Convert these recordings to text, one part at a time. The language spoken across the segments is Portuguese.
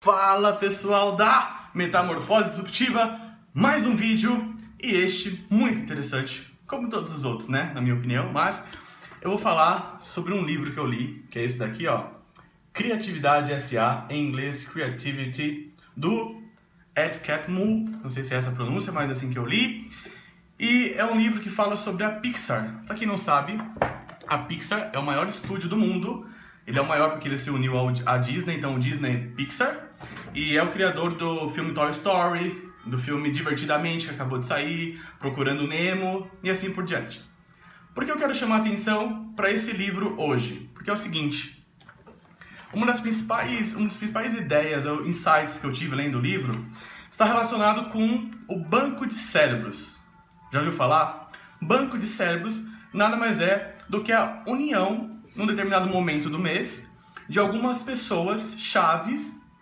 Fala pessoal da Metamorfose Disruptiva, mais um vídeo e este muito interessante, como todos os outros, né, na minha opinião, mas eu vou falar sobre um livro que eu li, que é esse daqui, ó, Criatividade S.A., em inglês Creativity, do Ed Catmull, não sei se é essa a pronúncia, mas é assim que eu li, e é um livro que fala sobre a Pixar. Para quem não sabe, a Pixar é o maior estúdio do mundo. Ele é o maior porque ele se uniu à Disney, então o Disney Pixar. E é o criador do filme Toy Story, do filme Divertidamente, que acabou de sair, Procurando Nemo e assim por diante. Por que eu quero chamar a atenção para esse livro hoje? Porque é o seguinte, uma das principais ideias ou insights que eu tive lendo o livro está relacionado com o banco de cérebros. Já ouviu falar? Banco de cérebros nada mais é do que a união num determinado momento do mês, de algumas pessoa-chave,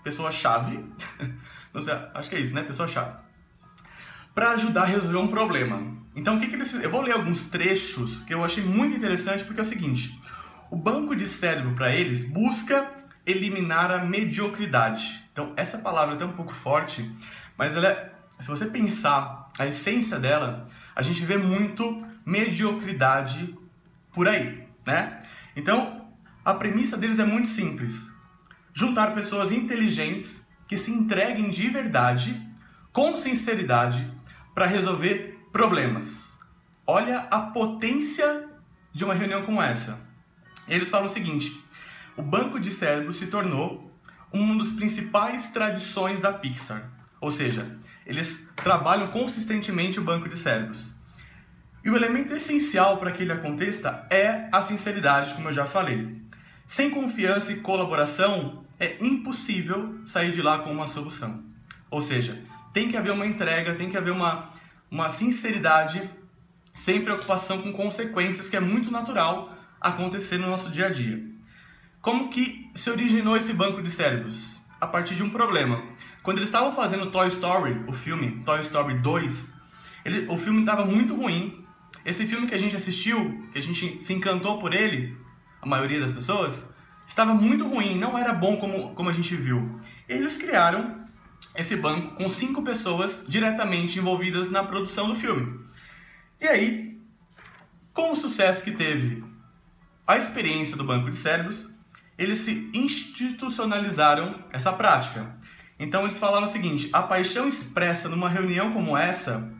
não sei, acho que é isso, né? Pessoa-chave, para ajudar a resolver um problema. Então, o que eles fizeram? Eu vou ler alguns trechos que eu achei muito interessante, porque é o seguinte, o banco de cérebro, para eles, busca eliminar a mediocridade. Então, essa palavra é até um pouco forte, mas ela é, se você pensar a essência dela, a gente vê muito mediocridade por aí, né? Então, a premissa deles é muito simples. Juntar pessoas inteligentes que se entreguem de verdade, com sinceridade, para resolver problemas. Olha a potência de uma reunião como essa. Eles falam o seguinte, o banco de cérebro se tornou uma das principais tradições da Pixar. Ou seja, eles trabalham consistentemente o banco de cérebros. E o elemento essencial para que ele aconteça é a sinceridade, como eu já falei. Sem confiança e colaboração, é impossível sair de lá com uma solução. Ou seja, tem que haver uma entrega, tem que haver uma sinceridade, sem preocupação com consequências, que é muito natural acontecer no nosso dia a dia. Como que se originou esse banco de cérebros? A partir de um problema. Quando eles estavam fazendo Toy Story, o filme Toy Story 2, o filme estava muito ruim. Esse filme que a gente assistiu, que a gente se encantou por ele, a maioria das pessoas, estava muito ruim, não era bom como a gente viu. E eles criaram esse banco com 5 pessoas diretamente envolvidas na produção do filme. E aí, com o sucesso que teve a experiência do banco de cérebros, eles se institucionalizaram essa prática. Então eles falaram o seguinte, a paixão expressa numa reunião como essa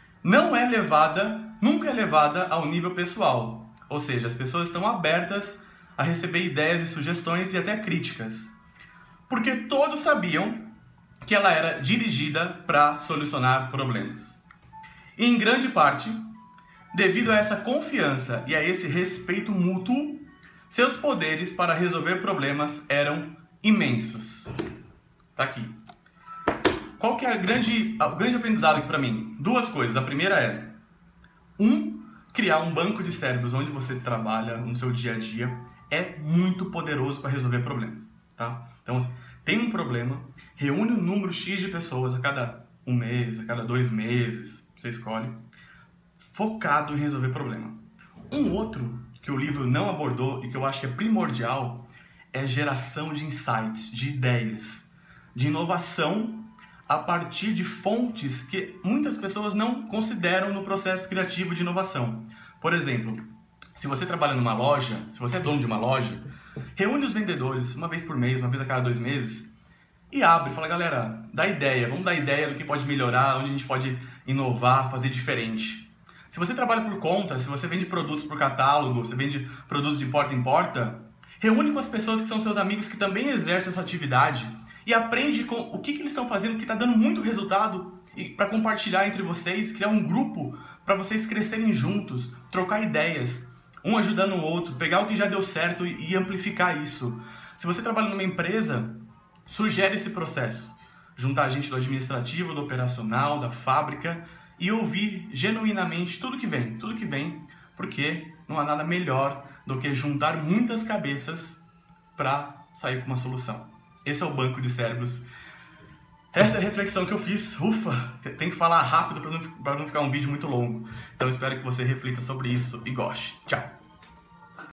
nunca é levada ao nível pessoal. Ou seja, as pessoas estão abertas a receber ideias e sugestões e até críticas. Porque todos sabiam que ela era dirigida para solucionar problemas. E em grande parte, devido a essa confiança e a esse respeito mútuo, seus poderes para resolver problemas eram imensos. Tá aqui. Qual que é o grande aprendizado aqui para mim? 2 coisas. A primeira é, criar um banco de cérebros onde você trabalha no seu dia a dia é muito poderoso para resolver problemas, tá? Então, tem um problema, reúne um número X de pessoas a cada 1 mês, a cada 2 meses, você escolhe, focado em resolver problema. Um outro que o livro não abordou e que eu acho que é primordial é geração de insights, de ideias, de inovação a partir de fontes que muitas pessoas não consideram no processo criativo de inovação. Por exemplo, se você trabalha numa loja, se você é dono de uma loja, reúne os vendedores uma vez por mês, uma vez a cada 2 meses, e abre, fala, galera, dá ideia, vamos dar ideia do que pode melhorar, onde a gente pode inovar, fazer diferente. Se você trabalha por conta, se você vende produtos por catálogo, você vende produtos de porta em porta, reúne com as pessoas que são seus amigos que também exercem essa atividade, e aprende com o que eles estão fazendo, que está dando muito resultado, e para compartilhar entre vocês, criar um grupo para vocês crescerem juntos, trocar ideias, um ajudando o outro, pegar o que já deu certo e amplificar isso. Se você trabalha numa empresa, sugere esse processo. Juntar gente do administrativo, do operacional, da fábrica e ouvir genuinamente tudo que vem, porque não há nada melhor do que juntar muitas cabeças para sair com uma solução. Esse é o banco de cérebros. Essa é a reflexão que eu fiz. Ufa, tem que falar rápido para não ficar um vídeo muito longo. Então espero que você reflita sobre isso e goste. Tchau!